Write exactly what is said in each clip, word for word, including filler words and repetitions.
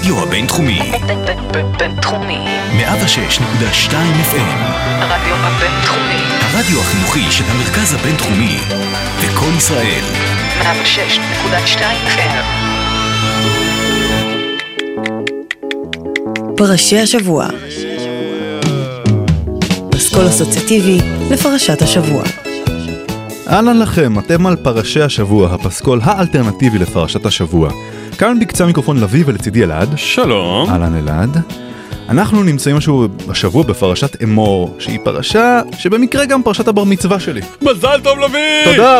הרדיו הבינתחומי. בינתחומי. מאה ושש נקודה שתיים אף אם. הרדיו הבינתחומי. הרדיו החינוכי של המרכז הבינתחומי. וכל ישראל. מאה ושש נקודה שתיים אף אם. פרשי השבוע. פסקול אסוציאטיבי לפרשת השבוע. אהלן לכם, אתם על פרשי השבוע, הפסקול האלטרנטיבי לפרשת השבוע. כאן בקצה מיקרופון לוי ולצידי אלעד. שלום. אהלן אלעד. אנחנו נמצאים משהו השבוע בפרשת אמור, שהיא פרשה שבמקרה גם פרשת הבר מצווה שלי. מזל טוב לוי! תודה!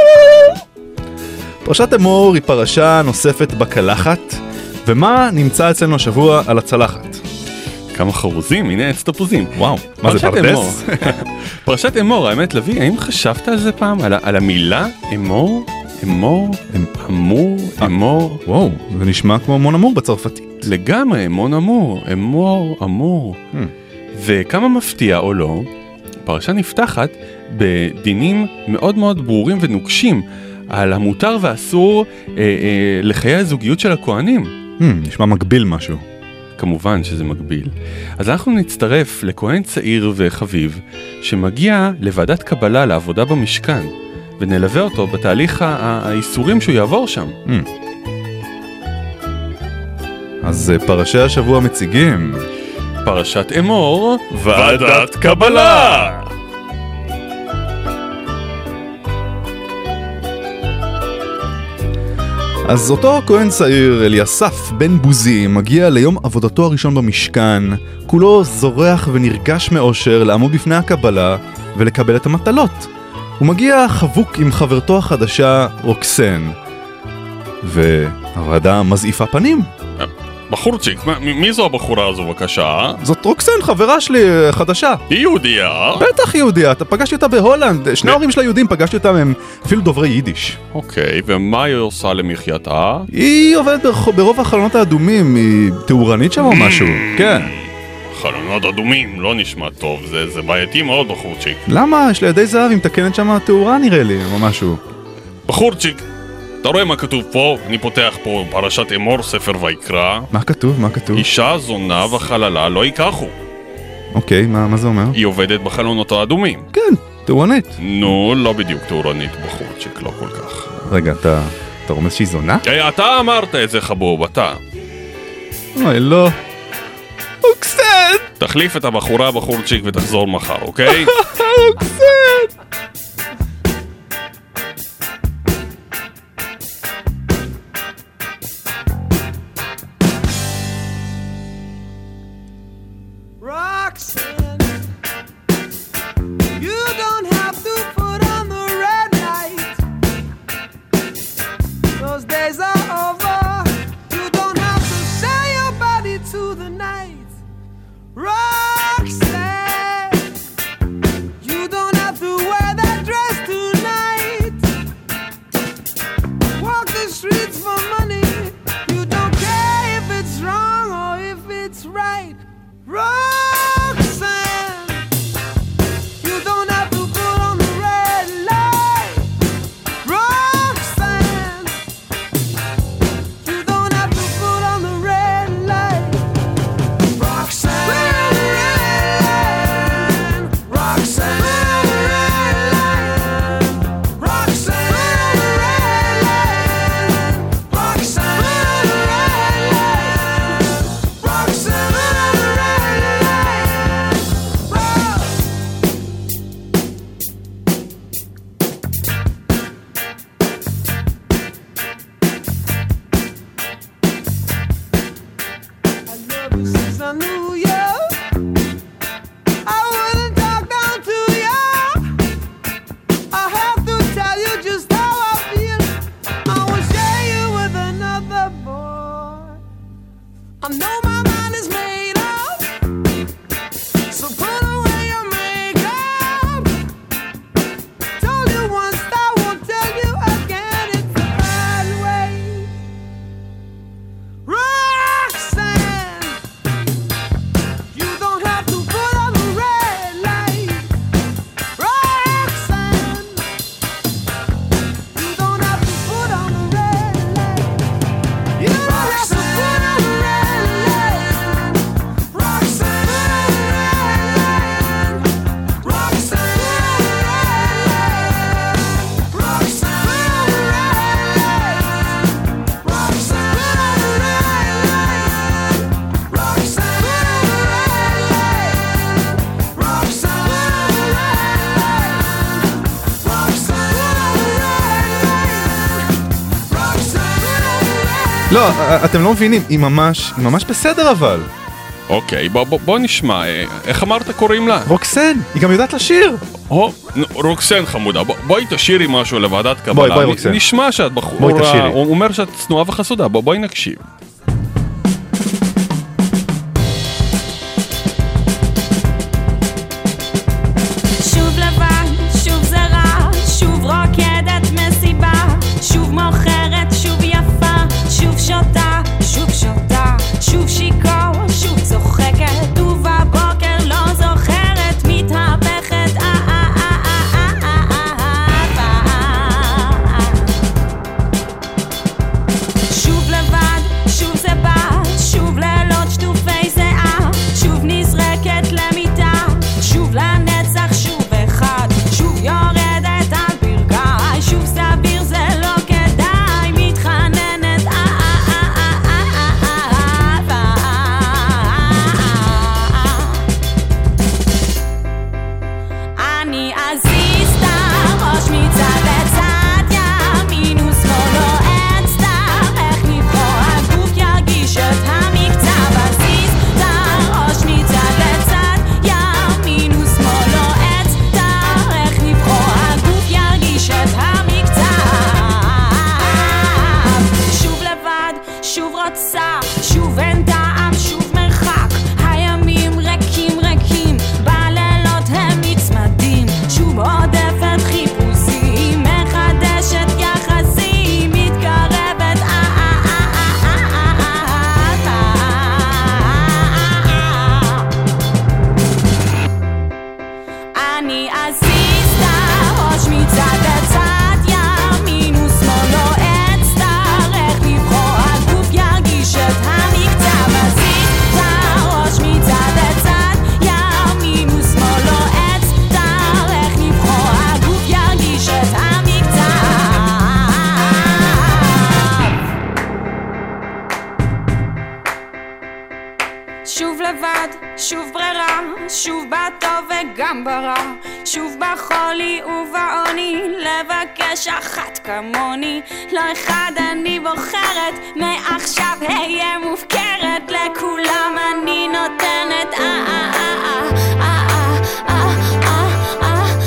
פרשת אמור היא פרשה נוספת בקלחת, ומה נמצא אצלנו השבוע על הצלחת? כמה חרוזים, הנה עץ תפוזים. וואו, מה זה פרדס? פרשת אמור, האמת לוי, האם חשבת על זה פעם? על, על המילה אמור? אמור? אמור? אמור? וואו, זה נשמע כמו מון אמור בצרפתית. לגמרי, מון אמור, אמור, אמור. Hmm. וכמה מפתיע או לא, פרשה נפתחת בדינים מאוד מאוד ברורים ונוקשים על המותר והאסור אה, אה, לחיי הזוגיות של הכהנים. Hmm, נשמע מגביל משהו. כמובן שזה מגביל. אז אנחנו נצטרף לכהן צעיר וחביב שמגיע לוועדת קבלה לעבודה במשכן, ונלווה אותו בתהליך האיסורים שהוא יעבור שם. Mm. אז פרשי השבוע מציגים פרשת אמור, ועדת קבלה. אז אותו כהן צעיר, אליסף בן בוזי, מגיע ליום עבודתו הראשון במשכן, כולו זורח ונרגש מאושר לעמוד בפני הקבלה ולקבל את המטלות. הוא מגיע חבוק עם חברתו החדשה רוקסן, והוועדה מזעיפה פנים. בחורצ'יק, מי זו הבחורה הזו בבקשה? זאת רוקסן, חברה שלי חדשה. היא יהודיה? בטח יהודיה, אתה פגשתי אותה בהולנד, שני ההורים שלה יהודים, פגשתי אותם, הם אפילו דוברי יידיש. אוקיי, ומה היא עושה למחייתה? היא עובדת ברוב החלונות האדומים, היא תאורנית שם או משהו, כן. חלונות אדומים, לא נשמע טוב, זה, זה בעייתי מאוד בחורצ'יק. למה? יש לידי זהב, אם תקנת שם תאורה נראה לי, או משהו. בחורצ'יק, אתה רואה מה כתוב פה? אני פותח פה פרשת אמור, ספר ויקרא. מה כתוב? מה כתוב? אישה זונה וחללה לא ייקחו. אוקיי, מה, מה זה אומר? היא עובדת בחלונות האדומים. כן, תאורנית. נו, לא בדיוק תאורנית בחורצ'יק, לא כל כך. רגע, אתה, אתה רומז שהיא זונה? היי, אתה אמרת את זה חבוב, אתה. אוי, לא. רוקסן! תחליף את הבחורה בחורצ'יק ותחזור מחר, אוקיי? רוקסן! You don't have to wear that. לא, אתם לא מבינים, היא ממש, היא ממש בסדר אבל. אוקיי, בוא, בוא, בוא נשמע, איך אמרת קוראים לה? רוקסן, היא גם יודעת לשיר. או, רוקסן חמודה, בוא, בואי תשירי משהו לוועדת קבלה. בואי, בואי רוקסן. נשמע שאת בחורה, בואי תשירי. הוא אומר שאת צנועה וחסודה, בוא, בואי נקשיב. שוב לבן, שוב זרה, שוב רוקדת מסיבה, שוב מוכרת, שוב יפה, שוב שותה, שוב שותה, שוב שיקור, שוב צוחקת, ובבוקר לא זוכרת, מתהפכת, אה אה אה אה אה אה אה. שוב לבד, שוב זה בא, שוב לילות שטופי זהה, שוב נזרקת למיטה, שוב לנצח, שוב אחד, שוב יורדת על ברכי, שוב סביר זה לא כדאי, מתחננת, אה אה אה אה אה אה. אני אזיז את הראש מצד לצד, ימין ושמאל לא אצטרך לבחור, הגוף ירגיש את המקצב, אזיז את הראש מצד לצד, ימין ושמאל לא אצטרך לבחור, הגוף ירגיש את המקצב. שוב לבד, שוב רוצה, שוב אין טעם, שוב מרחק, הימים ריקים ריקים, בלילות הם מצמדים, שוב עודפת חיפושים, מחדשת יחסים, מתקרבת, אה אה אה אה אה אה. אני אזיז את הראש מצד לצד, ימין ושמאל לא אצטרך לבחור, הגוף ירגיש את המקצב, אזיז את הראש מצד לצד, ימין ושמאל לא אצטרך לבחור, הגוף ירגיש את המקצב. שוב לבד, שוב ברירה, שוב בטוב וגם ברע, שוב בחולי ובעוני, לבקש אחת כמוני, לא אחד אני בוחרת, מעכשיו אהיה מופקרת, לכולם אני נותנת, אה אה אה אה אה אה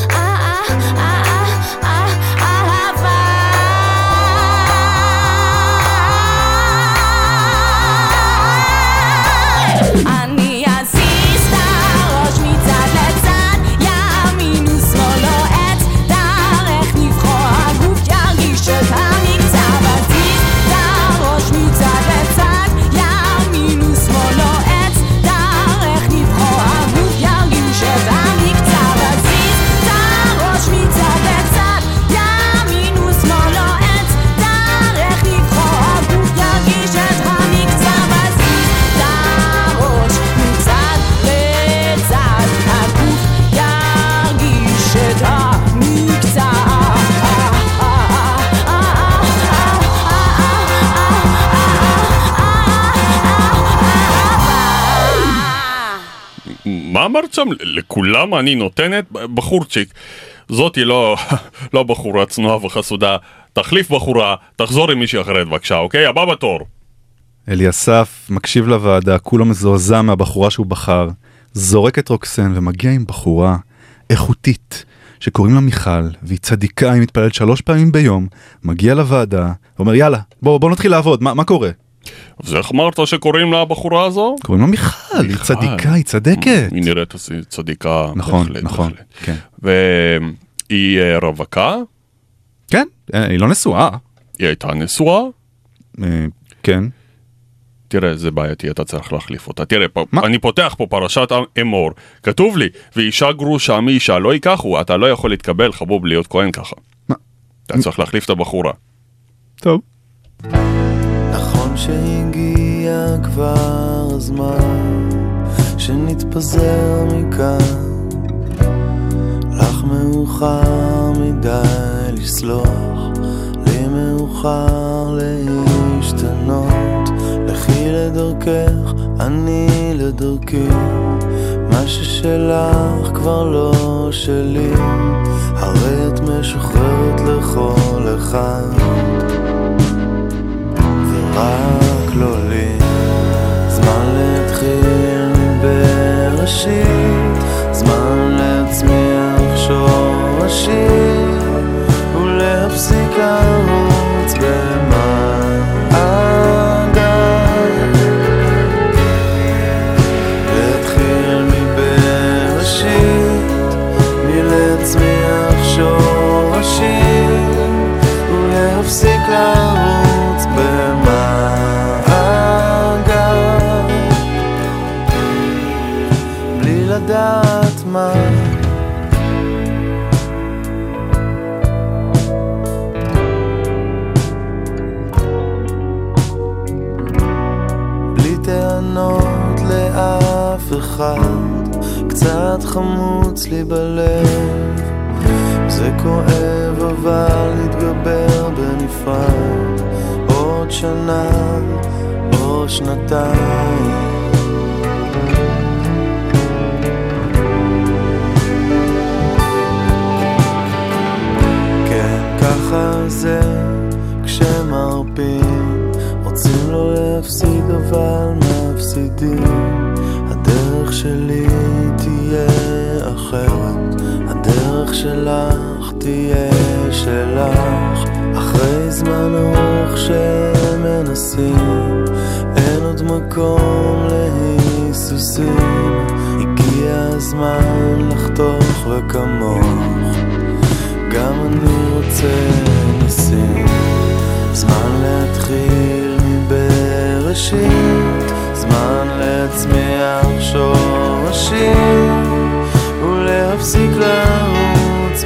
אני אזיז את הראש מצד לצד, ימין ושמאל לא אצטרך לבחור, הגוף ירגיש את המקצב, אזיז את הראש מצד לצד, ימין ושמאל לא אצטרך לבחור, הגוף ירגיש את המקצב, אזיז את הראש מצד לצד, ימין ושמאל לא אצטרך לבחור, הגוף ירגיש את המקצב, אזיז את הראש מצד לצד, הגוף ירגיש את המקצב. מה אמרת שם? לכולם אני נותנת? בחורצ'יק, זאתי לא, לא בחורה צנועה וחסודה, תחליף בחורה, תחזור עם מישהי אחרת בבקשה, אוקיי? הבא בתור. אליסף מקשיב לוועדה, כולו מזועזע מהבחורה שהוא בחר, זורק את רוקסן ומגיע עם בחורה איכותית שקוראים לה מיכל, והיא צדיקה, היא מתפללת שלוש פעמים ביום, מגיע לוועדה, ואומר יאללה, בוא, בוא נתחיל לעבוד, מה, מה קורה? אז איך אמרת שקוראים לה הבחורה הזו? קוראים לה מיכל, היא צדיקה, היא צדקת. היא נראית צדיקה. נכון, בהחלט, נכון, בהחלט. כן. והיא אה, רווקה? כן, היא לא נשואה. היא הייתה נשואה? אה, כן. תראה, זה בעייתי, אתה צריך להחליף אותה. תראה, פ... מה? אני פותח פה פרשת אמור. כתוב לי, ואישה גרושה מאישה לא ייקחו, אתה לא יכול להתקבל חבוב להיות כהן ככה. מה? אתה צריך להחליף את הבחורה. טוב. נכון שהגיע כבר הזמן שנתפזר מכאן, לך מאוחר מדי לסלוח, לי מאוחר להשתנות, לכי לדרכך, אני לדרכי, מה ששלך כבר לא שלי, הרי את משוחררת לכל אחד ורק שלי. זמן להתחיל מבראשית, זמן להצמיח שורשים ולהפסיק לרוץ במעגל. להתחיל מבראשית, מלהצמיח שורשים ולהפסיק לרוץ במעגל, בלי לדעת מה. בלי טענות לאף אחד, קצת חמוץ לי בלב, זה כואב אבל נתגבר בנפרד, עוד שנה או שנתיים. כן, ככה זה כשמרפים, רוצים לא להפסיד אבל מפסידים. הדרך שלי תהיה אחרת, הדרך שלך תהיה שלך. אחרי זמן ארוך שמנסים, אין עוד מקום להיסוסים. הגיע הזמן לחתוך וכמוך, גם אני רוצה ניסים. זמן להתחיל מבראשית, זמן להצמיח שורשים ולהפסיק לרוץ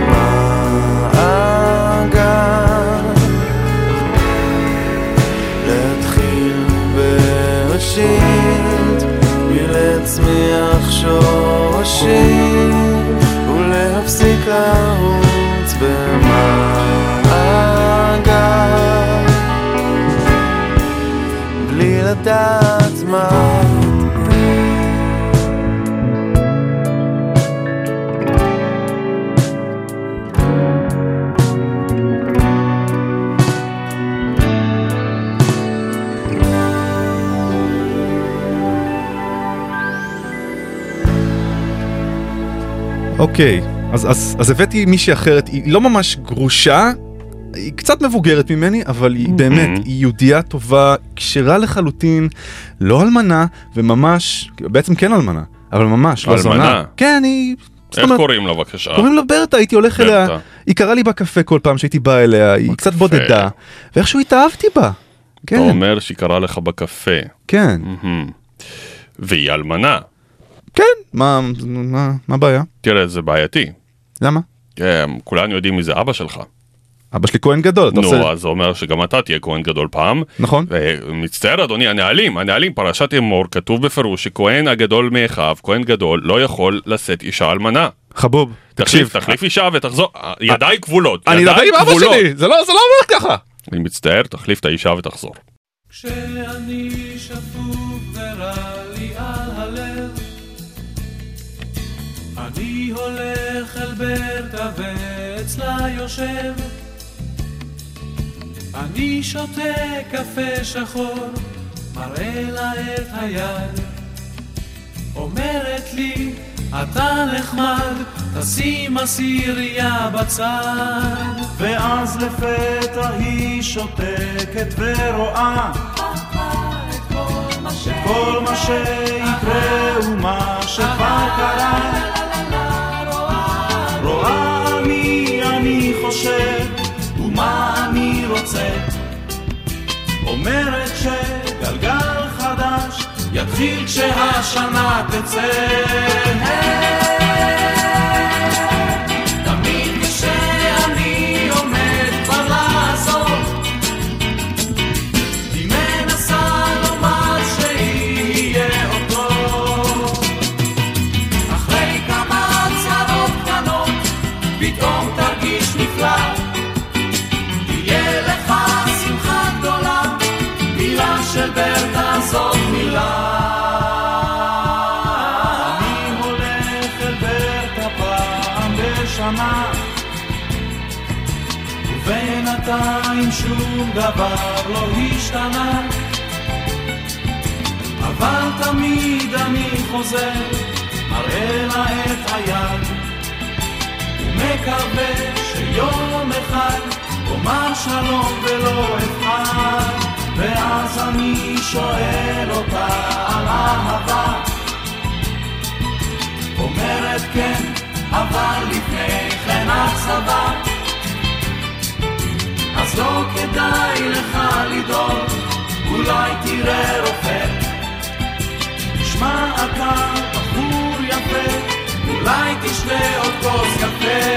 במעגל. להתחיל בראשית, מלהצמיח שורשים ולהפסיק לרוץ במעגל, בלי לדעת מה. אוקיי, אז, אז, אז הבאתי מישהי אחרת, היא לא ממש גרושה, היא קצת מבוגרת ממני, אבל היא באמת, היא יהודייה טובה, כשרה לחלוטין, לא אלמנה, וממש, בעצם כן אלמנה, אבל ממש לא זונה. אלמנה? כן, היא... איך קוראים לה בבקשה? קוראים לה ברטה, הייתי הולך אליה, היא קראה לי בקפה כל פעם שהייתי בא אליה, היא קצת בודדה, ואיכשהו התאהבתי בה. אתה אומר שהיא קראה לך בקפה. כן. והיא אלמנה. כן, מה, מה, מה הבעיה? תראה, זה בעייתי. למה? כולנו יודעים מי זה אבא שלך. אבא שלי כהן גדול. נו, עושה... אז זה אומר שגם אתה תהיה כהן גדול פעם. נכון. ומצטער, אדוני, הנהלים, הנהלים, פרשת אמור, כתוב בפירוש שכהן הגדול מאחיו, כהן גדול, לא יכול לשאת אישה אלמנה. חבוב, תקשיב, תחליף אישה ותחזור, ידיי כבולות. אני אדבר עם אבא שלי, זה לא אומר ככה. אני מצטער, תחליף את האישה ותחזור. כשאני שפוף ורע לי על הלב, אני הולך אל ברטה ואצלה יושב, אני שותה קפה שחור, מראה לה את היד, אומרת לי אתה נחמד, תשים הסירייה בצד. ואז לפתע היא שותקת ורואה את כל מה שיקרה ומה שכבר קרה. רואה מי אני חושב ומה אני רוצה, אומרת שגלגל חדש יתחיל כשהשנה תצא. תמיד כשאני עומד כבר לעזוב, היא מנסה לומר שיהיה אותו. אחרי כמה צרות קטנות פתאום תרגיש נפלא, תהיה לך שמחה גדולה, מילה של ברטה זאת מילה. אני הולך אל ברטה פעם בשנה, ובינתיים שום דבר לא השתנה. אבל תמיד אני חוזר, מראה לה את היד, ומקווה שיום אחד אומר שלום ולא אבחר, ואז אני שואל אותה על אהבה, אומרת כן, אבל לפני כן הצבא, אז לא כדאי לך לדאוג, אולי תראה רופא, תשמע אתה בחור יפה, אולי תשתה עוד כוס קפה.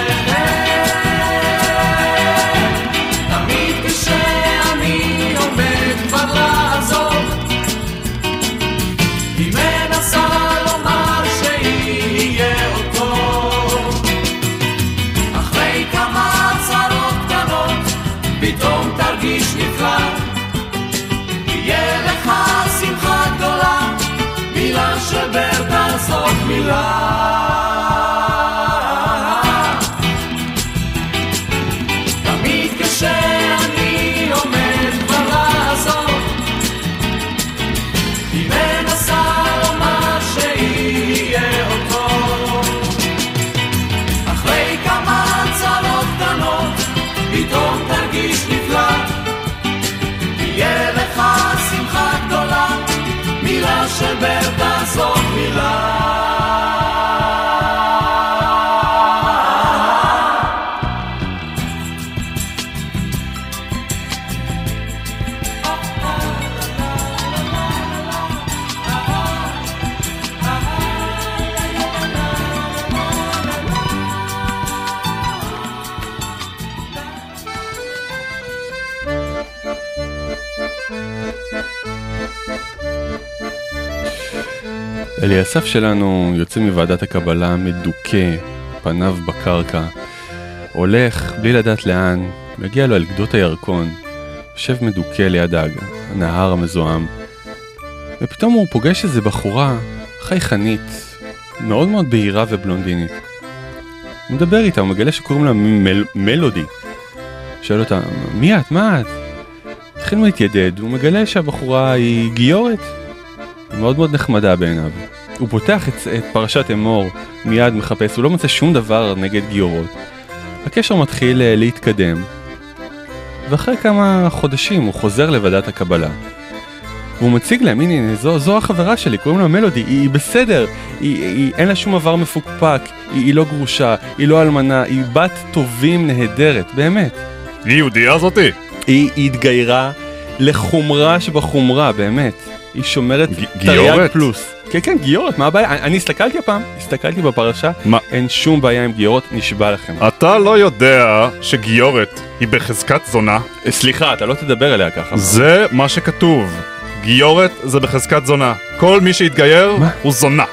תמיד כשאני עומד כבר לעזוב, היא מנסה לומר שיהיה עוד טוב, אחרי כמה צרות קטנות פתאום תרגיש נפלא, יהיה לך שמחה גדולה, מילה של ברטה זאת מילה. תמיד כשאני עומד כבר לעזוב, היא מנסה לומר שיהיה עוד טוב, אחרי כמה צרות קטנות פתאום תרגיש נפלא, יהיה לך שמחה גדולה, מילה של ברטה זאת מילה. אליסף שלנו יוצא מוועדת הקבלה מדוכא, פניו בקרקע, הולך בלי לדעת לאן, מגיע לו אל גדות הירקון, יושב מדוכא ליד הנהר המזוהם, ופתאום הוא פוגש איזו בחורה חייכנית, מאוד מאוד בהירה ובלונדינית. הוא מדבר איתה, הוא מגלה שקוראים לה מל... מלודי. שואל אותה, מי את? מה את? התחילו להתיידד, הוא מגלה שהבחורה היא גיורת. מאוד מאוד נחמדה בעיניו. הוא פותח את, את פרשת אמור, מיד מחפש, הוא לא מוצא שום דבר נגד גיורות. הקשר מתחיל uh, להתקדם, ואחרי כמה חודשים הוא חוזר לוועדת הקבלה. והוא מציג להם, הנה, הנה זו, זו החברה שלי, קוראים לה מלודי, היא, היא בסדר, היא, היא, אין לה שום עבר מפוקפק, היא, היא לא גרושה, היא לא אלמנה, היא בת טובים נהדרת, באמת. היא יהודייה זאתי? היא, היא התגיירה לחומרה שבחומרה, באמת. היא שומרת תרי"ג פלוס. כן, כן, גיורת, מה הבעיה? אני, אני הסתכלתי הפעם, הסתכלתי בפרשה, מה? אין שום בעיה עם גיורת, נשבע לכם. אתה לא יודע שגיורת היא בחזקת זונה? סליחה, אתה לא תדבר אליה ככה. זה מה שכתוב. גיורת זה בחזקת זונה. כל מי שהתגייר מה? הוא זונה.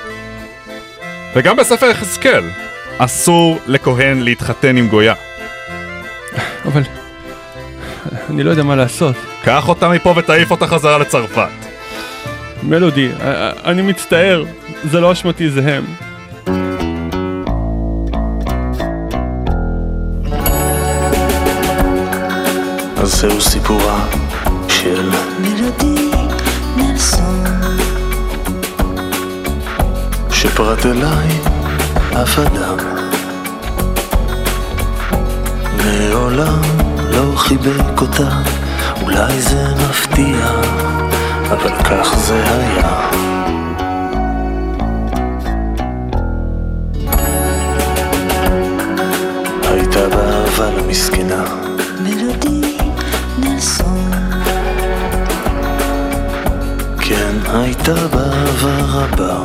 וגם בספר יחזקאל, אסור לכהן להתחתן עם גויה. אבל אני לא יודע מה לעשות. קח אותה מפה ותעיף אותה חזרה לצרפת. מלודי, אני מצטער, זה לא אשמתי, זה הם. אז זהו סיפורה של מלודי נלסון, שפרט אליי אף אדם מעולם לא חיבק אותה. אולי זה מפתיע, אבל כך זה היה. הייתה באהבה למסכנה מלודי נלסון, כן הייתה באהבה רבה,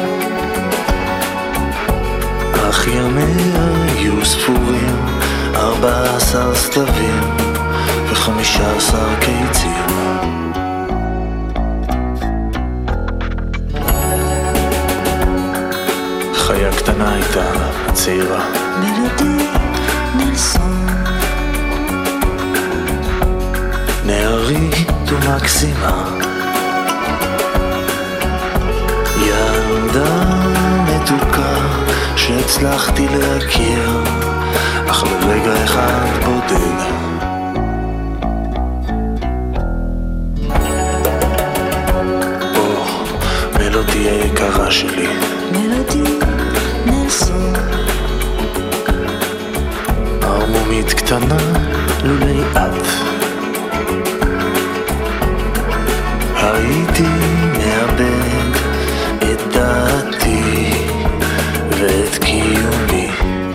אך ימיה היו ספורים, ארבע עשר סתווים וחמישה עשר קיצים. חיה קטנה הייתה הצעירה מלודי נלסון, נערית ומקסימה, ילדה מתוקה שהצלחתי להכיר, אך לרגע אחד בודד. או יקרה שלי. מלודי נלסון, ערמומית קטנה לולי את, הייתי מאבד את דעתי ואת קיומי.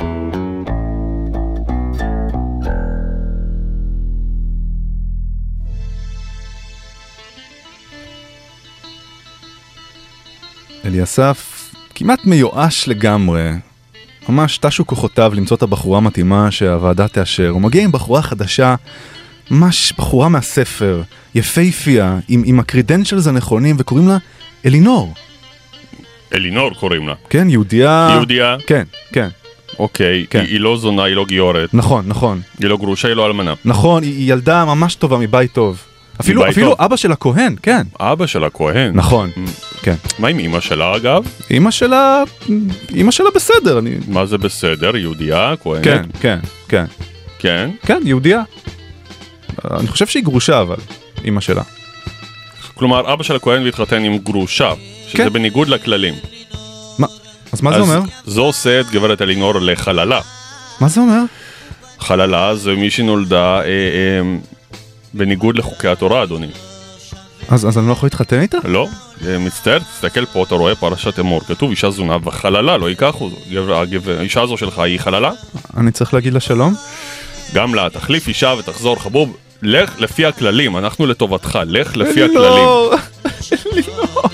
אליסף כמעט מיואש לגמרי, ממש תשו כוחותיו למצוא את הבחורה המתאימה שהוועדה תאשר. הוא מגיע עם בחורה חדשה, ממש בחורה מהספר, יפהפייה, עם, עם הקרידנשלס הנכונים, וקוראים לה אלינור. אלינור קוראים לה. כן, יהודיה. יהודיה? כן, כן. אוקיי, כן. היא, היא לא זונה, היא לא גיורת. נכון, נכון. היא לא גרושה, היא לא אלמנה. נכון, היא, היא ילדה ממש טובה מבית טוב. אפילו, אפילו טוב. אבא שלה כהן, כן. אבא שלה כהן. נכון, כן. מה עם אמא שלה אגב? אמא שלה, אמא שלה בסדר. אני... מה זה בסדר? יהודיה, כהן? כן, כן, כן. כן? כן, יהודיה. אני חושב שהיא גרושה אבל, אמא שלה. כלומר, אבא שלה כהן והתחתן עם גרושה, שזה כן. בניגוד לכללים. מה? אז מה אז זה אומר? זה עושה את גברת אלינור לחללה. מה זה אומר? חללה זה מי שנולדה אה, אה, בניגוד לחוקי התורה, אדוני. אז, אז אני לא יכול להתחתן איתה? לא, מצטער, תסתכל פה, אתה רואה פרשת אמור, כתוב אישה זונה וחללה, לא ייקחו, האישה הזו שלך היא חללה? אני צריך להגיד לה שלום? גם לה, תחליף אישה ותחזור חבוב, לך לפי הכללים, אנחנו לטובתך, לך לפי הכללים. לא, לא.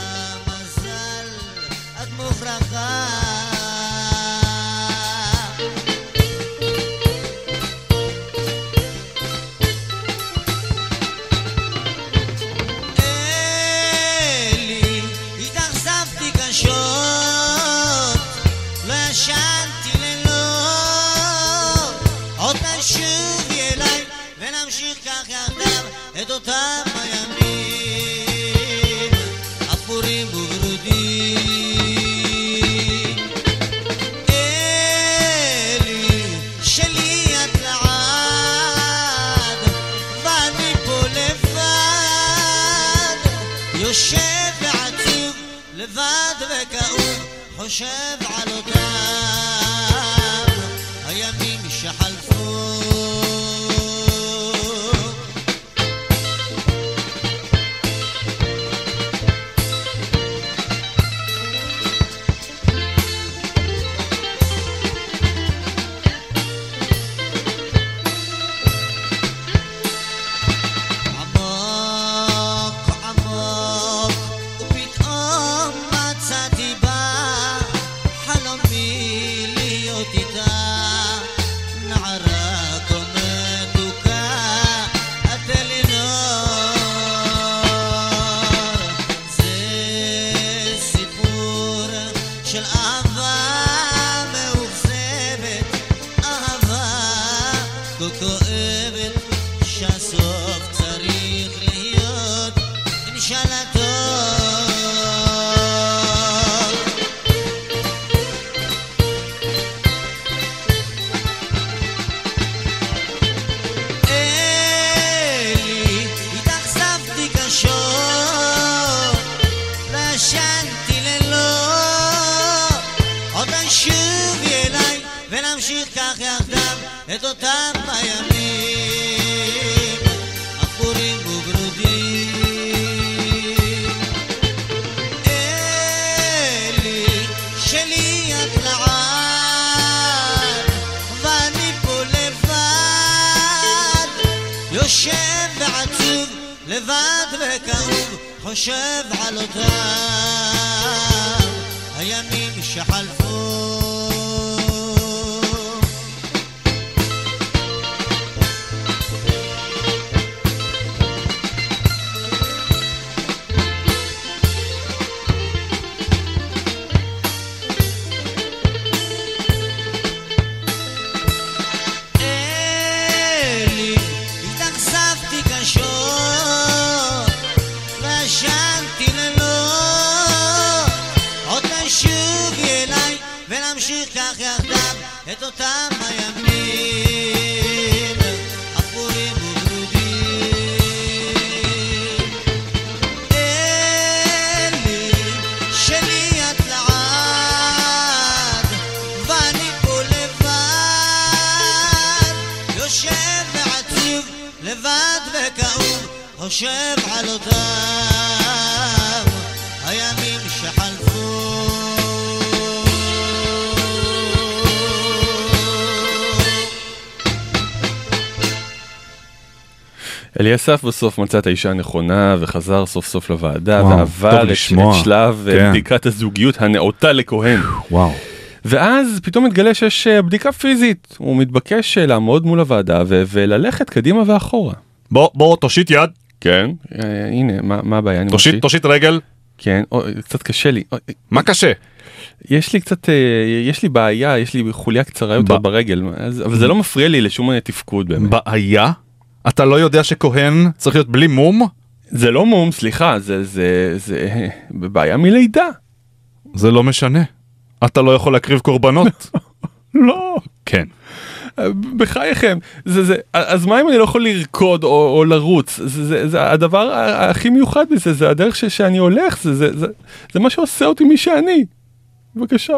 את אותם הימים אפורים וברודים. אלי שלי את לעד ואני פה לבד, יושב ועצוב לבד וכאוב, חושב על אותם הימים שחלפו. את אותם הימים אפורים וברודים. אלי שלי את לעד ואני פה לבד, יושב ועצוב לבד וכאוב, חושב על אותם הימים שחלפו. שוב יליים יושב ועצוב לבד וכאוב חושב על אותם הימים שחלפו אליסף בסוף מצא את האישה הנכונה וחזר סוף סוף לוועדה וואו, ועבר את, לשמוע. את שלב כן. בדיקת הזוגיות הנאותה לכהן. וואו. ואז פתאום מתגלה שיש בדיקה פיזית, הוא מתבקש לעמוד מול הוועדה ו- וללכת קדימה ואחורה. בוא, בוא, תושיט יד. כן, אה, הנה, מה, מה הבעיה? אני תושיט, מושיט. תושיט רגל. כן, או, קצת קשה לי. או, מה קשה? יש לי קצת, אה, יש לי בעיה, יש לי חוליה קצרה יותר ב- ברגל, אז, אבל זה לא מפריע לי לשום תפקוד באמת. בעיה? אתה לא יודע שכהן צריך להיות בלי מום? זה לא מום, סליחה, זה, זה, זה בעיה מלידה. זה לא משנה. אתה לא יכול להקריב קורבנות. לא. כן. בחייכם, זה, זה, אז מה אם אני לא יכול לרקוד או, או לרוץ? זה, זה, זה הדבר הכי מיוחד בזה, זה הדרך ש, שאני הולך, זה, זה, זה, זה מה שעושה אותי מי שאני. בבקשה.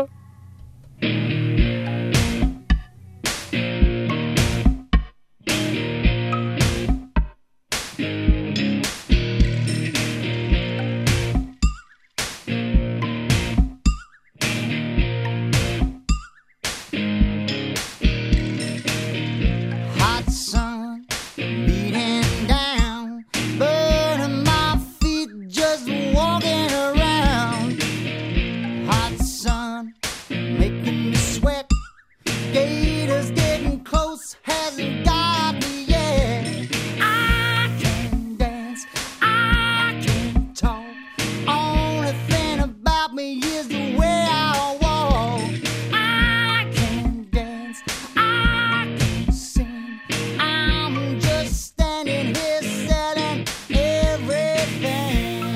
Hot sun beating down, burning my feet just walking around. Hot sun making me sweat. Gators getting close, hasn't got me yet. I can dance, I can talk. Only thing about me is the way I walk. I can dance, I can sing. I'm just standing here selling everything.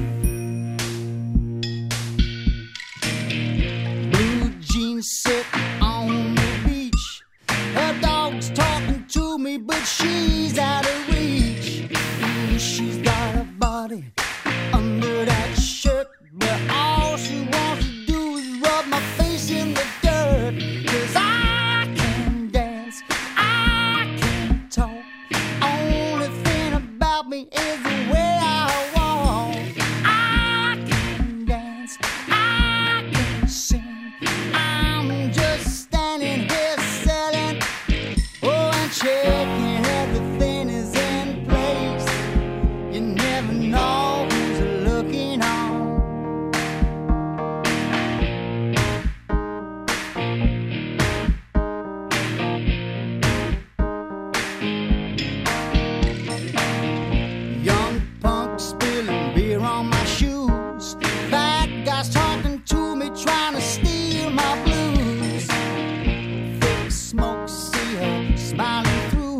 Blue jeans sit on the beach. Her dog's talking to me, but she's out of reach. Ooh, she's got a body under that shirt, but all she wants to do is rub my face in the dirt. 'Cause I can dance, I can talk. Only thing about me is the way I walk. I can dance, I can sing. I'm just standing here selling, oh, and checking everything is in place. You never know who's looking on. Young punk spilling beer on my shoes. Bad guys talking to me, trying to steal my blues. Thick smoke, see her smiling through.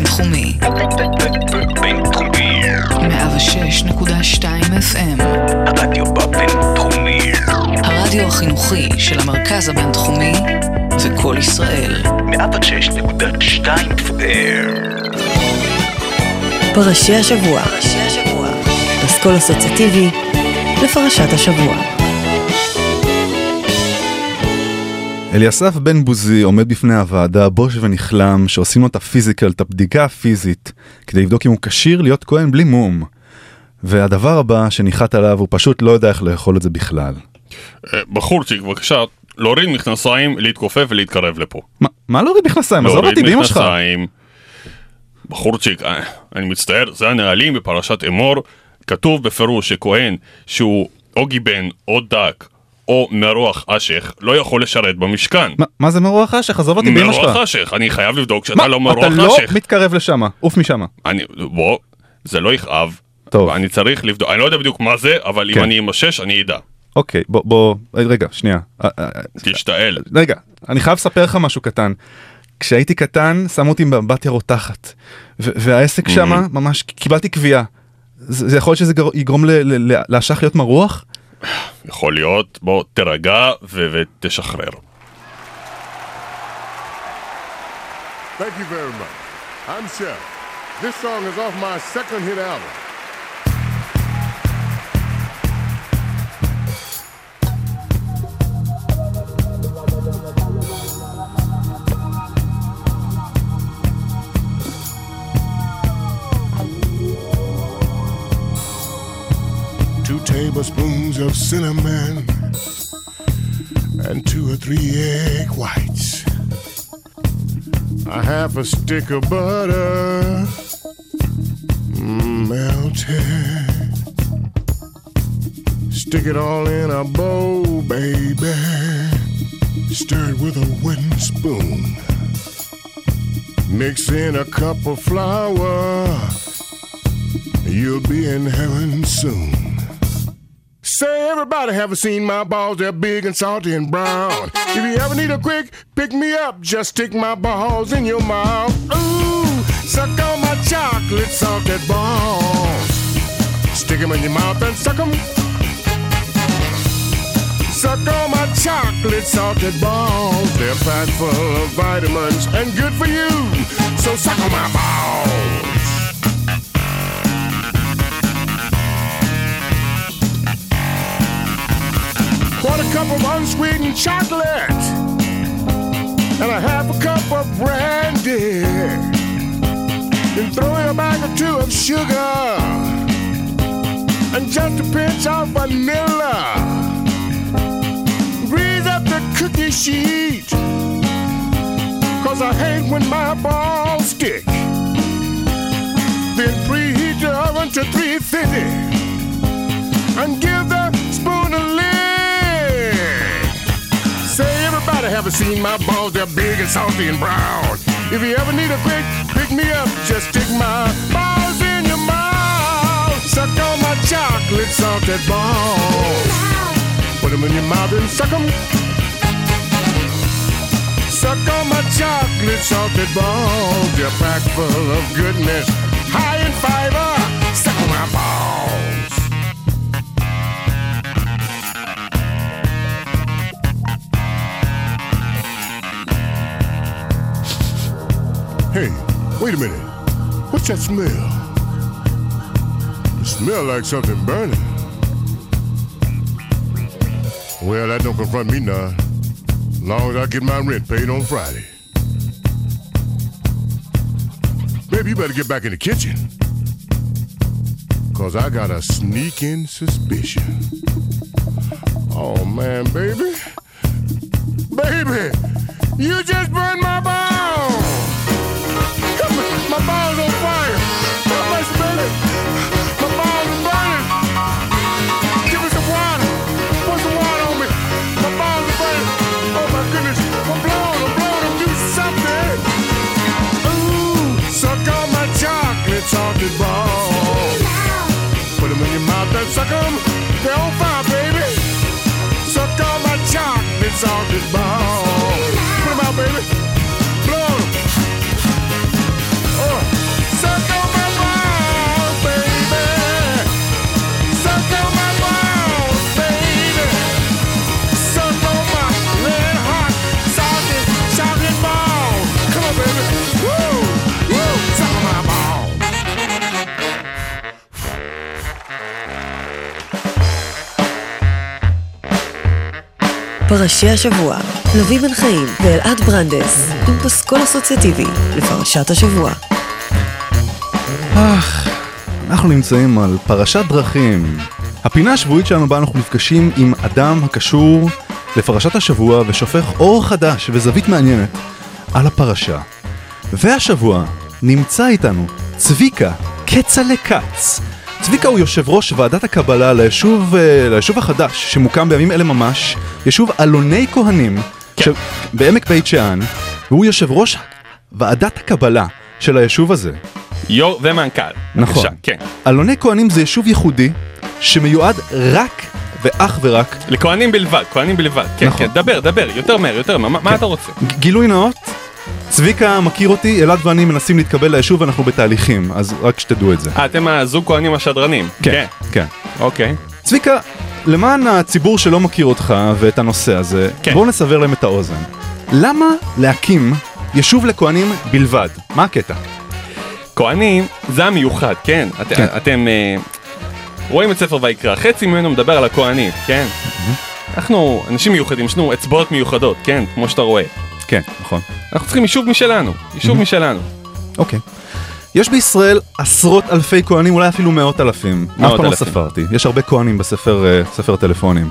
הבינתחומי. בינתחומי. מאה ושש נקודה שתיים אף אם. הרדיו בבינתחומי. הרדיו החינוכי של המרכז הבינתחומי זה כל ישראל. מאה ושש נקודה שתיים אף אם. פרשי השבוע. פסקול אסוציאטיבי לפרשת השבוע. אליסף בן בוזי עומד בפני הוועדה בוש ונחלם שעושים לו את הפיזיקל, את הבדיקה הפיזית, כדי לבדוק אם הוא כשיר להיות כהן בלי מום. והדבר הבא שניחת עליו, הוא פשוט לא יודע איך לאכול את זה בכלל. בחורצ'יק, בבקשה, להוריד מכנסיים, להתכופף ולהתקרב לפה. מה, מה להוריד מכנסיים? עזוב אותי באמא שלך. להוריד מכנסיים. בחורצ'יק, אני מצטער, זה הנהלים בפרשת אמור, כתוב בפירוש שכהן שהוא או גיבן או דק או מרוח אשך לא יכול לשרת במשכן. מה, מה זה מרוח אשך? עזוב אותי באמא שלך. מרוח אשך, אני חייב לבדוק שאתה מה? לא מרוח אתה אשך. לא מתקרב לשמה, אוף משמה. אני, בוא, זה לא יכאב. טוב. אני צריך לבדוק, אני לא יודע בדיוק מה זה, אבל כן. אם אני אמשש, אני אדע. אוקיי, בוא, בוא, רגע, שנייה. תשתעל. רגע, אני חייב לספר לך משהו קטן. כשהייתי קטן, שמו אותי בבתיה רותחת. והעסק שמה, ממש קיבלתי קביעה. זה, זה יכול להיות שזה יגרום לאשך להיות מרוח? יכול להיות, בוא תרגע ותשחרר. Thank you very much. I'm Chef. This song is off my second hit album. Two tablespoons of cinnamon and two or three egg whites. A half a stick of butter melted. Stick it all in a bowl, baby. Stir it with a wooden spoon. Mix in a cup of flour. You'll be in heaven soon. Say, everybody haven't seen my balls, they're big and salty and brown. If you ever need a quick pick-me-up, just stick my balls in your mouth. Ooh, suck on my chocolate salted balls. Stick them in your mouth and suck them. Suck on my chocolate salted balls. They're packed full of vitamins and good for you. So suck on my balls. Quarter cup of unsweetened chocolate and a half a cup of brandy. Then throw in a bag or two of sugar and just a pinch of vanilla. Grease up the cookie sheet, cause I hate when my balls stick. Then preheat the oven to three fifty and give the spoon a lick. Say, everybody haven't seen my balls, they're big and salty and brown. If you ever need a quick pick-me-up, just stick my balls in your mouth. Suck on my chocolate salted balls. Put them in your mouth and suck them. Suck on my chocolate salted balls. They're packed full of goodness, high in fiber. Suck on my balls. Hey, wait a minute. What's that smell? It smells like something burning. Well, that don't confront me now. As long as I get my rent paid on Friday. Baby, you better get back in the kitchen. Cause I got a sneaking suspicion. Oh, man, baby. Baby, you just burned my balls. My balls on fire. How much, baby? My balls are burning. Give me some water. Put some water on me. My balls are burning. Oh my goodness. I'm blowing. I'm blowing. I'm doing something. Ooh, suck on my chocolate salted balls. Put them in your mouth and suck them. They're on fire, baby. Suck on my chocolate salted balls. Put them out, baby. Blow them. Oh. פרשי השבוע, לוי בן חיים ואלעד ברנדס, עם פסקול אסוציאטיבי לפרשת השבוע. אך, אנחנו נמצאים על פרשת דרכים. הפינה השבועית שלנו בה אנחנו נפגשים עם אדם הקשור לפרשת השבוע ושופך אור חדש וזווית מעניינת על הפרשה. והשבוע נמצא איתנו צביקה קצלה כץ. צביקה הוא יושב ראש ועדת הקבלה ליישוב, ליישוב החדש שמוקם בימים אלה ממש, יישוב אלוני כהנים, כן. ש... בעמק בית שאן, והוא יושב ראש ועדת הקבלה של היישוב הזה. יור ומנכ"ל. נכון. בבקשה, כן. אלוני כהנים זה יישוב ייחודי שמיועד רק ואך ורק לכהנים בלבד, כהנים בלבד. כן, נכון. כן, דבר, דבר, יותר מהר, יותר מהר. מה, כן. מה אתה רוצה? ג- גילוי נאות, צביקה מכיר אותי, אלעד ואני מנסים להתקבל ליישוב ואנחנו בתהליכים, אז רק שתדעו את זה. אה, אתם הזוג כהנים השדרנים. כן, כן. אוקיי. צביקה, למען הציבור שלא מכיר אותך ואת הנושא הזה, כן. בואו נסבר להם את האוזן. למה להקים יישוב לכהנים בלבד? מה הקטע? כהנים זה המיוחד, כן. את, כן. אתם אה, רואים את ספר ויקרא, חצי ממנו מדבר על הכהנים, כן. אנחנו אנשים מיוחדים, יש לנו אצבעות מיוחדות, כן, כמו שאתה רואה. כן, נכון. אנחנו צריכים יישוב משלנו, יישוב משלנו. אוקיי. יש בישראל עשרות אלפי כהנים, אולי אפילו מאות אלפים. אף פעם לא ספרתי. יש הרבה כהנים בספר ספר טלפונים.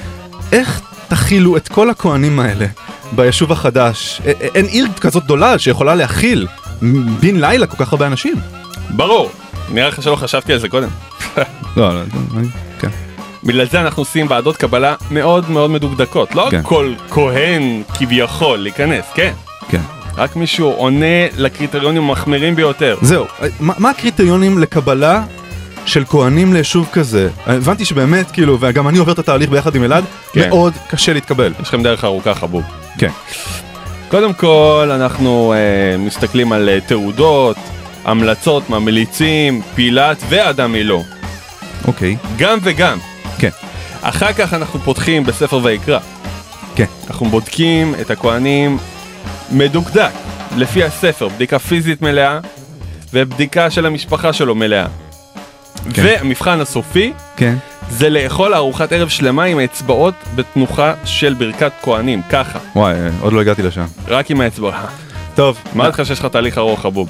איך תכילו את כל הכהנים האלה ביישוב החדש? אין עיר כזאת גדולה שיכולה להכיל בין לילה כל כך הרבה אנשים. ברור. נראה לך שלא חשבתי על זה קודם. לא, לא, כן. בגלל זה אנחנו עושים ועדות קבלה מאוד מאוד מדוקדקות. לא כן. כל כהן כביכול להיכנס, כן. כן. רק מישהו עונה לקריטריונים המחמירים ביותר. זהו, מה, מה הקריטריונים לקבלה של כהנים ליישוב כזה? הבנתי שבאמת, כאילו, וגם אני עובר את התהליך ביחד עם אלעד, כן. מאוד קשה להתקבל. יש לכם דרך ארוכה, חבוב. כן. קודם כל, אנחנו אה, מסתכלים על אה, תעודות, המלצות, ממליצים, פילת ואדם מילו. אוקיי. גם וגם. כן. אחר כך אנחנו פותחים בספר ויקרא. כן. אנחנו בודקים את הכהנים מדוקדק, לפי הספר, בדיקה פיזית מלאה, ובדיקה של המשפחה שלו מלאה. כן. והמבחן הסופי, כן. זה לאכול ארוחת ערב שלמה עם האצבעות בתנוחה של ברכת כהנים, ככה. וואי, עוד לא הגעתי לשם. רק עם האצבעות. טוב. מה לך שיש לך תהליך ארוך, חבוב?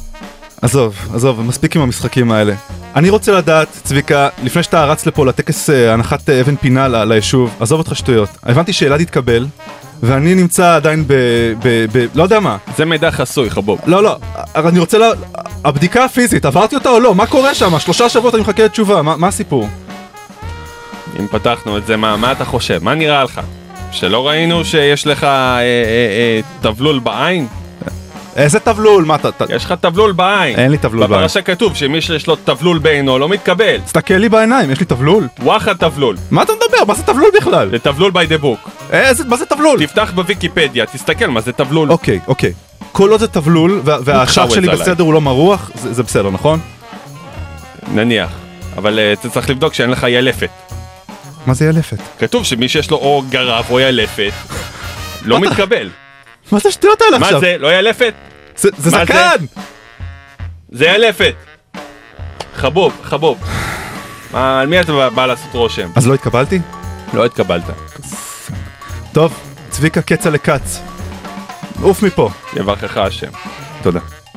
עזוב, עזוב, מספיק עם המשחקים האלה. אני רוצה לדעת, צביקה, לפני שאתה רץ לפה לטקס אה, הנחת אה, אבן פינה ל- ליישוב, עזוב אותך שטויות. הבנתי שאלעד התקבל, ואני נמצא עדיין ב... ב... ב... לא יודע מה. זה מידע חסוי, חבוב. לא, לא, אני רוצה ל... הבדיקה הפיזית, עברתי אותה או לא? מה קורה שם? שלושה שבועות אני מחכה לתשובה, מה, מה הסיפור? אם פתחנו את זה, מה, מה אתה חושב? מה נראה לך? שלא ראינו שיש לך אה, אה, אה, תבלול בעין? איזה תבלול? מה אתה... יש לך תבלול בעין. אין לי תבלול בעין. בפרשה כתוב שמי שיש לו תבלול בעינו לא מתקבל. תסתכל לי בעיניים, יש לי תבלול. וואחד תבלול. מה אתה מדבר? מה זה תבלול בכלל? זה תבלול by the book. איזה, מה זה תבלול? תפתח בוויקיפדיה, תסתכל מה זה תבלול. אוקיי, אוקיי. כל עוד זה תבלול, והשח שלי בסדר הוא לא מרוח, זה, זה בסדר, נכון? נניח. אבל uh, אתה צריך לבדוק שאין לך ילפת. מה זה ילפת? כתוב שמי שיש לו או גרב או ילפת לא מתקבל. מה זה שטויות האלה עכשיו? מה זה? לא ילפת? זה, זה זקן! זה ילפת. חבוב, חבוב. מה, על מי אתה בא לעשות רושם? אז לא התקבלתי? לא התקבלת. טוב, צביקה קצלה כץ. עוף מפה. יברכך השם. תודה.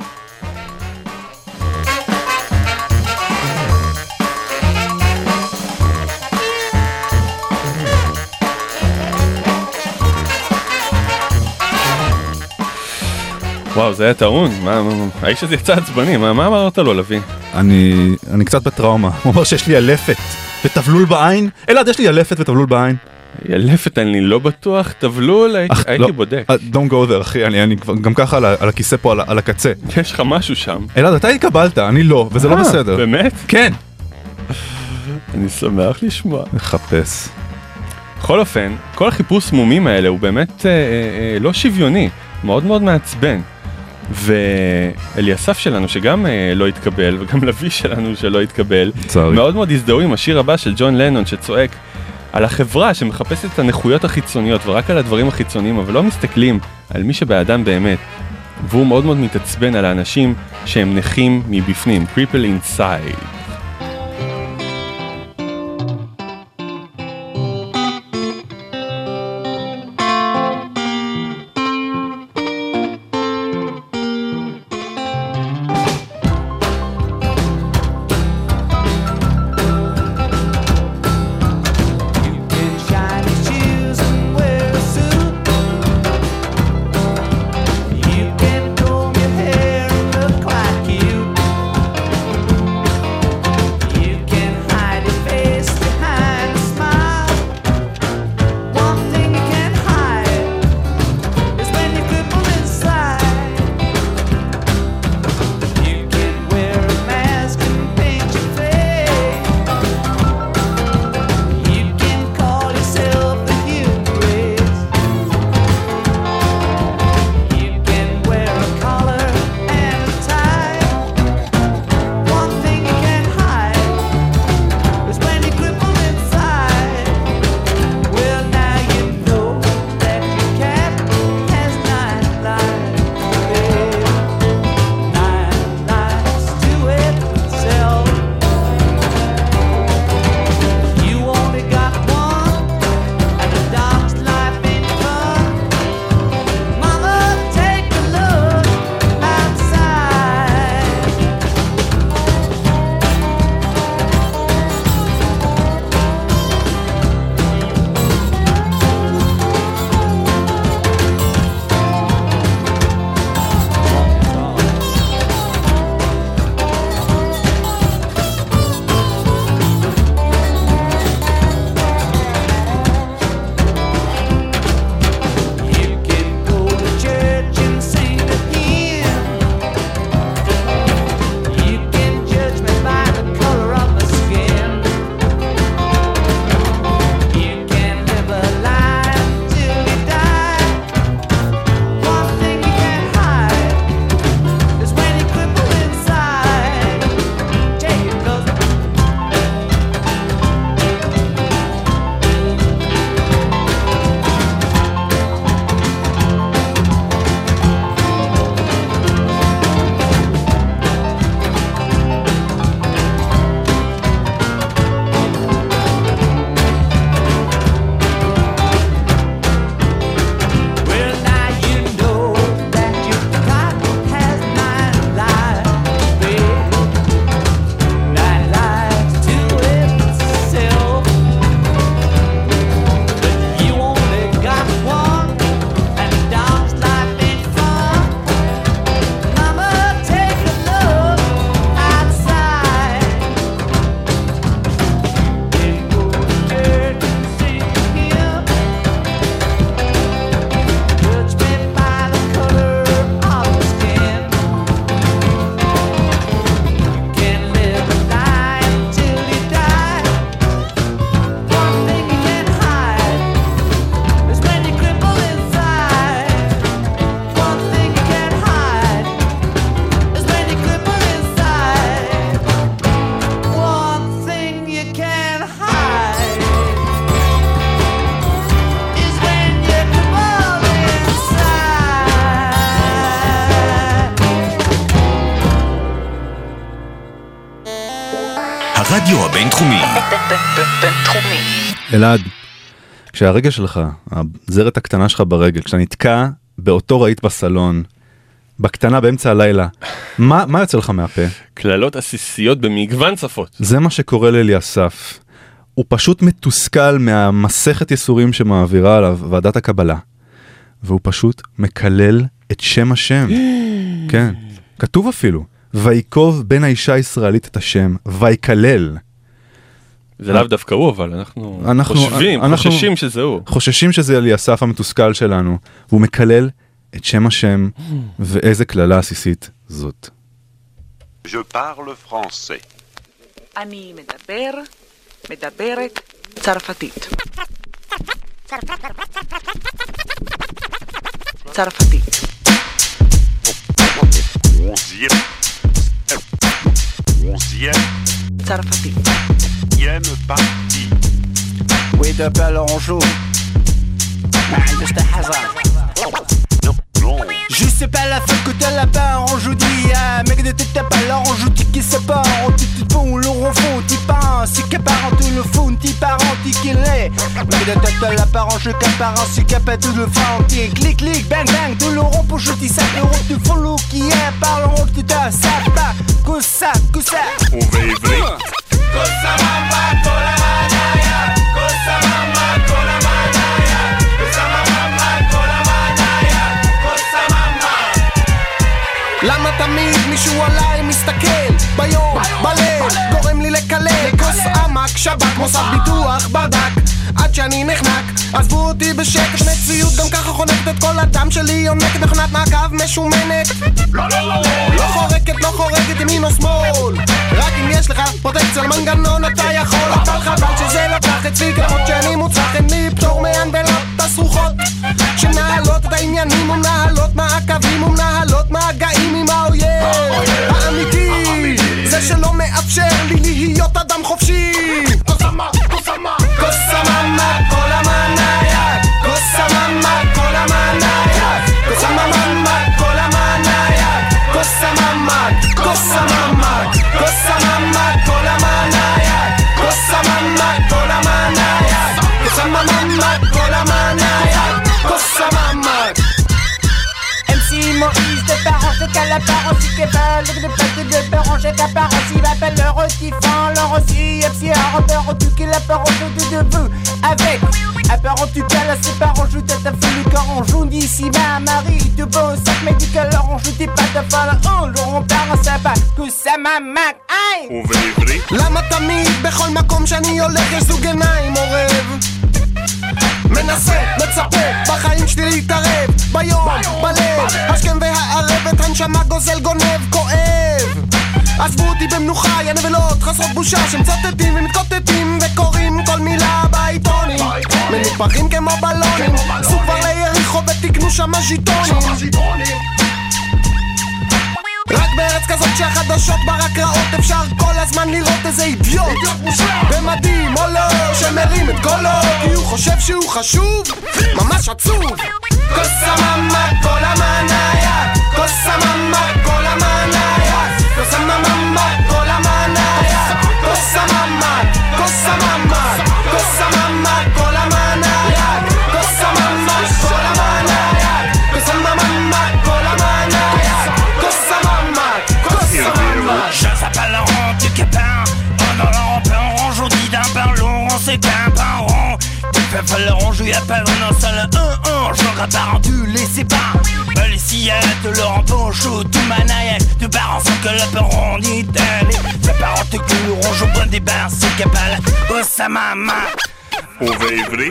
וואו, זה היה טעון. מה, מה, האיש הזה יצא עצבני. מה, מה אמרת לו, לוי? אני, אני קצת בטראומה. הוא אומר שיש לי ילפת ותבלול בעין. אלעד, יש לי ילפת ותבלול בעין. ילפת, אני לא בטוח. תבלול, הייתי, הייתי לא, בודק. Don't go there, אחי. אני, אני גם ככה על, על הכיסא פה, על, על הקצה. יש לך משהו שם. אלעד, אתה התקבלת, אני לא, וזה לא בסדר. באמת? כן. אני שמח לשמוע. לחפש. בכל אופן, כל החיפוש מומים האלה הוא באמת אה, אה, לא שוויוני. מאוד מאוד מעצבן. ואליסף שלנו שגם אה, לא התקבל, וגם לוי שלנו שלא התקבל, צערי. מאוד מאוד הזדהו עם השיר הבא של ג'ון לנון שצועק על החברה שמחפשת את הנכויות החיצוניות ורק על הדברים החיצוניים, אבל לא מסתכלים על מי שבאדם באמת. והוא מאוד מאוד מתעצבן על האנשים שהם נכים מבפנים, cripple inside. הרדיו הבינתחומי. בינתחומי. אלעד, כשהרגל שלך, הזרת הקטנה שלך ברגל, כשאתה נתקע באותו רהיט בסלון, בקטנה באמצע הלילה, מה, מה יוצא לך מהפה? כללות עסיסיות במגוון שפות. זה מה שקורה לאליסף. הוא פשוט מתוסכל מהמסכת יסורים שמעבירה עליו ועדת הקבלה. והוא פשוט מקלל את שם השם. כן, כתוב אפילו, ויקוב בן האישה הישראלית את השם, ויקלל. זה לאו דווקא הוא, אבל אנחנו, אנחנו חושבים, אנחנו חוששים שזה הוא. חוששים שזה אליסף המתוסכל שלנו, והוא מקלל את שם השם, ואיזה כללה עסיסית זאת. Je parle français. אני מדבר, מדברת צרפתית. צרפתית. Onzième. Onzième. צרפתית. Onzième partie. Oui, de Bellonjou. ما عندش تحزن. Je sais pas la fin que t'as là-bas, on joue dit, ah, mec de t'es pas là, on joue dit qui se part, on dit tout bon, le refond, t'y parents, si qu'à parent, tout le fond, t'y parents, t'y qu'il est. Mec de t'es là-bas, on joue qu'à parent, si qu'à pas tout le fond, t'y clic, clic, bang, bang, tout le rond pour jeter ça, le rond, tu follow qui est, parlons, tu t'as ça, pas, que ça, que ça. On va évrer. Cosa mama, cola manaya, cosa mama, cola manaya, cosa mama, cola manaya, cosa mama. למה תמיד מישהו עליי מסתכל ביום, בלב, גורם לי לקלל כוס עמק, שבק, מוסד ביטוח, ברדק עד שאני נחנק, עזבו אותי בשקט מציאות גם ככה חונקת את כל הדם שלי יונקת מכונת מעקב משומנת לא, לא, לא, לא חורקת, לא חורקת ימין או שמאל רק אם יש לך פרוטקציה למנגנון אתה יכול אבל חבל שזה לקח אצלי כמות שאני מוצלח אין לי פטור מהנבלות הסרוחות שמנהלות את העניינים ומנהלות מעקבים ומנהלות מגעים עם האויב האמיתי זה שלא מאפשר לי להיות אדם חופשי קוסמה, קוסמה קוסמה כל המניה קוסמה כל המניה קוסמה כל המניה קוסמה קוסמה קוסמה כל המניה קוסמה כל המניה קוסמה כל המניה קוסמה M C Maurice de parents, c'est qu'à la parence, il est pas le de pâte de parents, j'ai qu'à parence, il appelle le retifant, le reçu, M C A, repère, tu qu'il a parent de de vous, avec, à parent, tu cales à ses parents, je t'ai fait le corps, on joue d'ici, ma Marie, de bon sac médical, on joue des pâtes à fall, on le repère, ça va, que ça m'a mac, aïe! On va évrer. למה תמיד בכל מקום שאני הולך יש זוג עיניים עורב מנסה, מצפה, בחיים שלי להתערב ביום, בלב, השכם והערבת הנשמה גוזל גונב, כואב עזבו אותי במנוחה, יא נבלות חסרות בושה שמצטטים ומתקוטטים וקוראים כל מילה בעיתונים מנופחים כמו בלונים סעו כבר ליריחו ותקנו שם ז'יטונים רק בארץ כזאת שהחדשות ברק רעות אפשר כל הזמן לראות איזה אידיוט במדים או לא שמרים את קולו כי הוא חושב שהוא חשוב ממש עצוב קוסממה כל המניה קוסממה כל המניה קוסממה כל המניה קוסממה קוסממה קוסממה כל המניה קוסממה כל המניה קוסממה כל המניה je s'appelle Laurent du Capin. On a Laurent Pain, on joue dit d'un pain long, on sait qu'un pain rond. Tu fais pas Laurent, je à peine on en seul un un. Je repars en tu laissez pas. Les sillettes, Laurent Pain, on joue tout maniaque. Tu pars en sans que le pain rond dit d'aller. Fais pas en te que on joue bon des bains, c'est capable. Oh sa maman. On va évrer.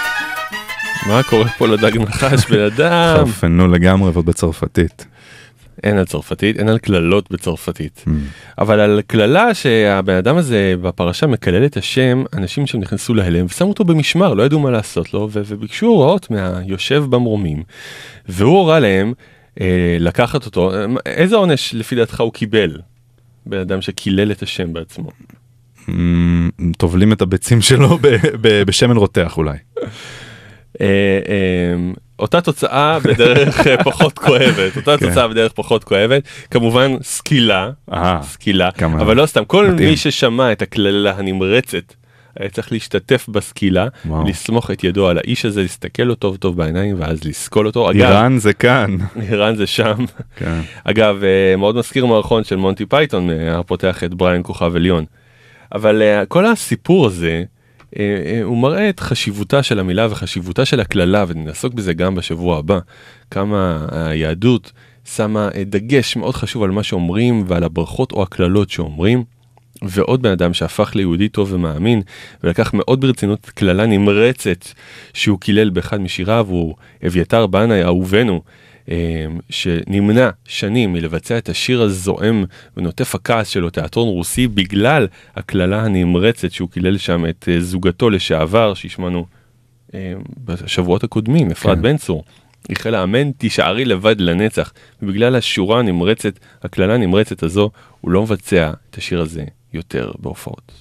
מה קורה פה לדג נחש בן אדם? חרפנו לגמרי ועוד בצרפתית. אין על צרפתית, אין על כללות בצרפתית. Mm. אבל על כללה שהבן אדם הזה בפרשה מקלל את השם, אנשים שם נכנסו להלם ושמו אותו במשמר, לא ידעו מה לעשות לו, ו- וביקשו הוראות מהיושב במרומים. והוא הורה להם אה, לקחת אותו. איזה עונש לפי דעתך הוא קיבל? בן אדם שקילל את השם בעצמו. Mm, טובלים את הביצים שלו ב- ב- בשמן רותח אולי. אה, אה, אותה תוצאה בדרך פחות כואבת, אותה תוצאה בדרך פחות כואבת, כמובן סקילה, סקילה, אבל לא סתם, כל מי ששמע את הכללה הנמרצת, היה צריך להשתתף בסקילה, לסמוך את ידו על האיש הזה, להסתכל לו טוב טוב בעיניים, ואז לסקול אותו. איראן זה כאן. איראן זה שם. אגב, מאוד מזכיר מערכון של מונטי פייתון, הפותח את בריין כוכב עליון. אבל כל הסיפור הזה, הוא מראה את חשיבותה של המילה וחשיבותה של הכללה, ונעסוק בזה גם בשבוע הבא, כמה היהדות שמה דגש מאוד חשוב על מה שאומרים ועל הברכות או הכללות שאומרים. ועוד בן אדם שהפך ליהודי טוב ומאמין ולקח מאוד ברצינות כללה נמרצת שהוא קילל באחד משיריו, הוא אביתר בנאי אהובנו, שנמנע שנים מלבצע את השיר הזועם ונוטף הכעס שלו תיאטרון רוסי בגלל הכללה הנמרצת שהוא קילל שם את זוגתו לשעבר שהשמענו בשבועות הקודמים, אפרת בן צור. היא חלה אמן תישארי לבד לנצח, ובגלל השורה הנמרצת, הכללה הנמרצת הזו, הוא לא מבצע את השיר הזה יותר בהופעות.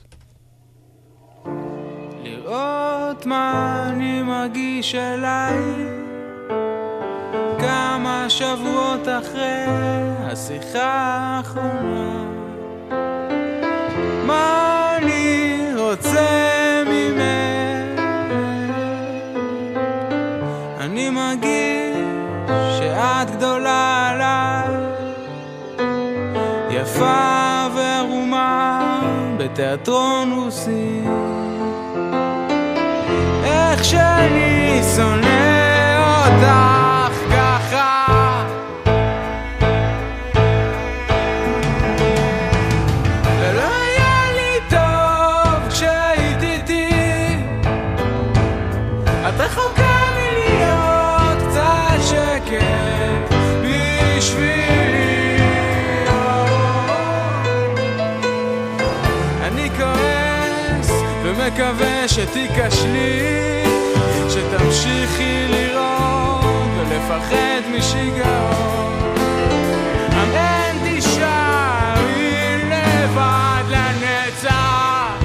לראות מה אני מרגיש אליי כמה שבועות אחרי השיחה האחרונה, מה אני רוצה ממך, אני מרגיש שאת גדולה עליי, יפה ורומה בתיאטרון רוסי, איך שאני שונא אותך ככה, ולא היה לי טוב כשהיית איתי, את רחוקה מלהיות קצת שקט בשבילי, אני כועס ומקווה שתיכשלי, שתמשיכי לראות ולפחד משיגעון, אמן תישארי לבד לנצח,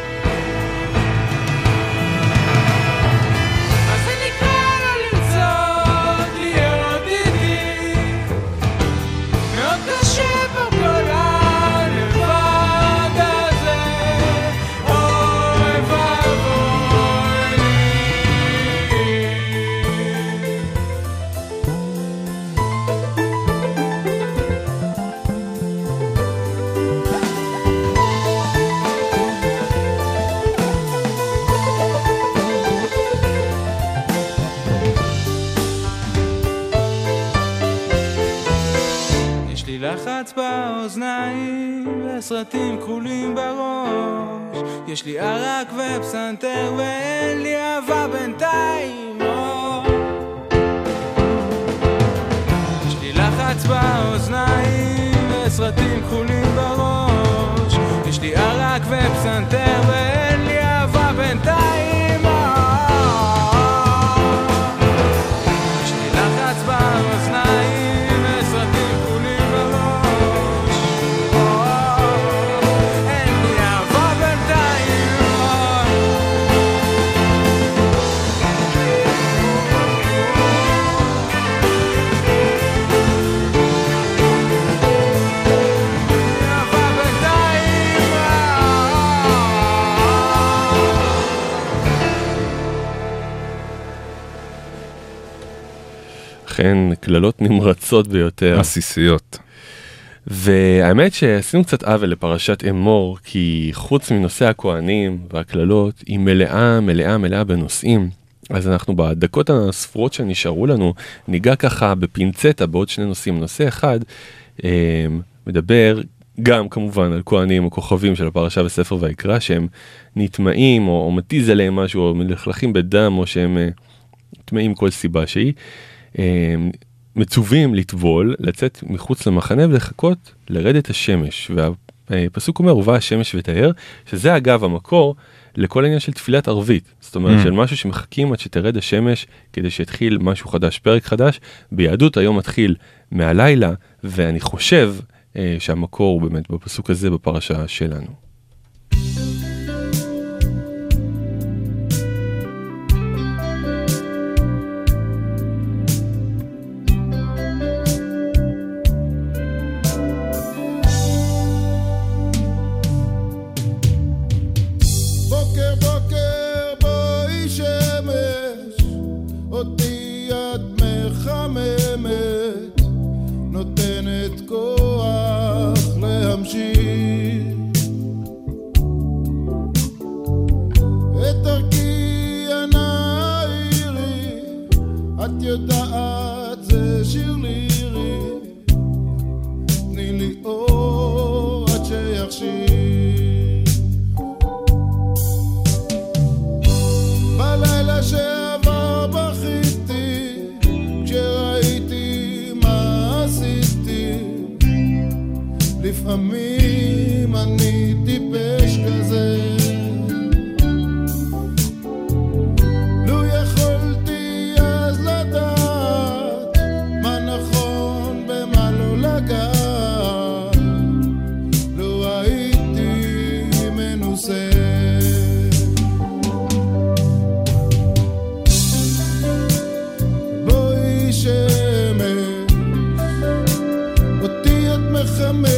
אז זה נקרא לא לרצות להיות איתי, מאוד קשה פה כל הלבד הזה, אוי ואבוי לי. יש לי לחץ באוזניים וסרטים כחולים בראש, יש לי ערק ופסנתר ואין לי אהבה בינתיים, לא. יש לי לחץ באוזניים וסרטים כחולים בראש, יש לי ערק ופסנתר ואין לי אהבה בינתיים, לא. יש לי לחץ באוזניים וסרטים כחולים בראש, אין לי אהבה בינתיים, לא. אהבה בינתיים, אכן, כללות נמרצות ביותר. עסיסיות. והאמת שעשינו קצת עוול לפרשת אמור, כי חוץ מנושא הכהנים והכללות, היא מלאה, מלאה, מלאה בנושאים. אז אנחנו בדקות הספורות שנשארו לנו, ניגע ככה בפינצטה בעוד שני נושאים. נושא אחד אה, מדבר גם כמובן על כהנים או כוכבים של הפרשה בספר ויקרא, שהם נטמעים או, או מתיז עליהם משהו, או מלכלכים בדם, או שהם אה, נטמעים כל סיבה שהיא. אה, מצווים לטבול, לצאת מחוץ למחנה ולחכות לרדת השמש. והפסוק אומר, ובא השמש ותאר, שזה אגב המקור לכל העניין של תפילת ערבית. זאת אומרת, mm. של משהו שמחכים עד שתרד השמש כדי שיתחיל משהו חדש, פרק חדש. ביהדות היום מתחיל מהלילה, ואני חושב אה, שהמקור הוא באמת בפסוק הזה בפרשה שלנו. לפעמים אני טיפש כזה, לו יכולתי אז לדעת מה נכון ומה לא לגעת, לו הייתי מנוסה. בואי שמש, אותי את מחממת,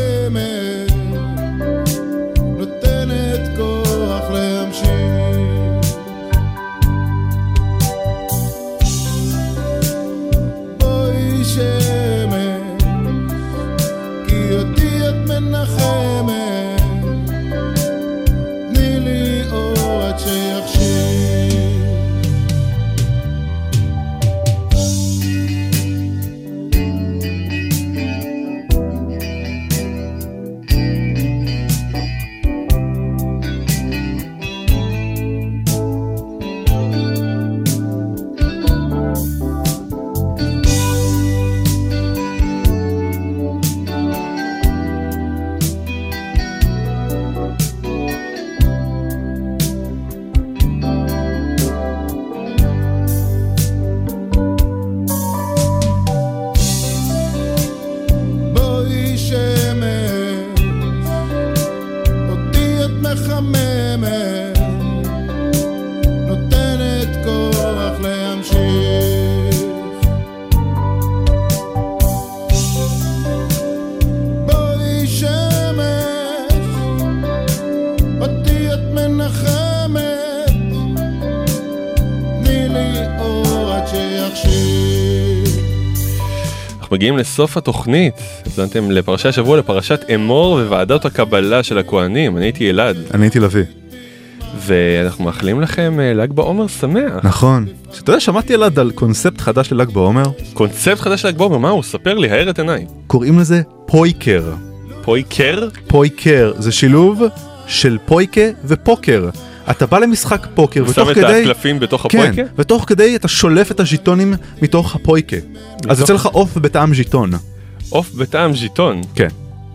מגיעים לסוף התוכנית, הזנתם לפרשת השבוע, לפרשת אמור וועדות הקבלה של הכהנים. אני הייתי ילד. אני הייתי לוי. ואנחנו מאחלים לכם ל"ג בעומר שמח. נכון. שאתה יודע, שמעתי ילד על קונספט חדש לל"ג בעומר. קונספט חדש לל"ג בעומר, מה הוא? ספר לי, האר את עיניי. קוראים לזה פויקר. פויקר? פויקר, זה שילוב של פויקה ופוקר. אתה בא למשחק פוקר ותוך כדי... שם את הקלפים בתוך הפויקה? כן, ותוך כדי אתה שולף את הז'יטונים מתוך הפויקה. אז יוצא לך אוף בטעם ז'יטון. אוף בטעם ז'יטון? כן.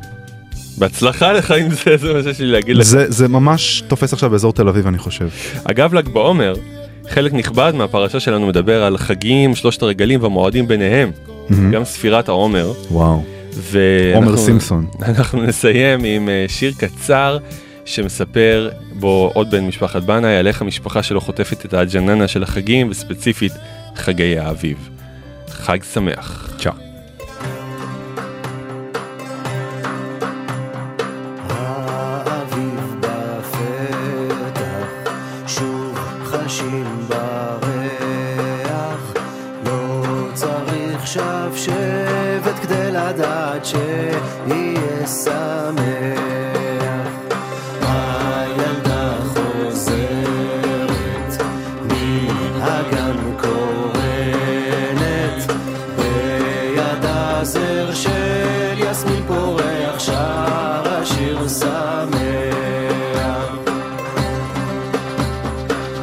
בהצלחה לך עם זה, זה מה שיש לי להגיד לך. זה, זה ממש תופס עכשיו באזור תל אביב, אני חושב. אגב, ל"ג בעומר, חלק נכבד מהפרשה שלנו מדבר על חגים, שלושת הרגלים והמועדים ביניהם. Mm-hmm. גם ספירת העומר. וואו. ואנחנו, עומר סימפסון. אנחנו נסיים עם שיר קצר, שמספר בו עוד בן משפחת בנאי על איך המשפחה שלו חוטפת את הג'ננה של החגים, וספציפית חגי האביב. חג שמח. צ'או. האביב בפתח, שוב חשים בריח, לא צריך שבשבת כדי לדעת שיהיה שמח.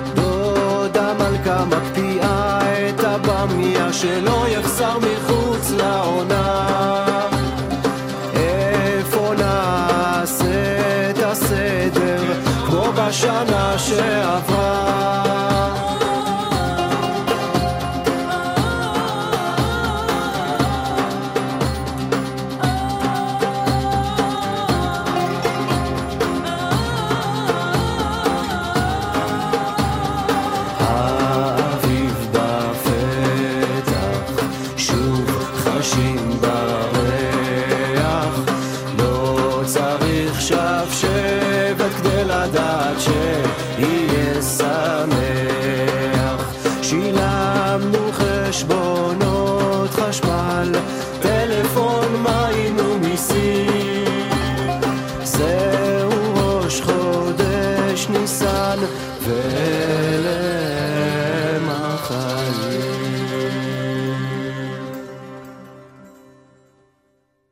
שלא יחסר מחוץ חשבונות חשמל, טלפון, מים ומיסים. זהו ראש חודש ניסן ו...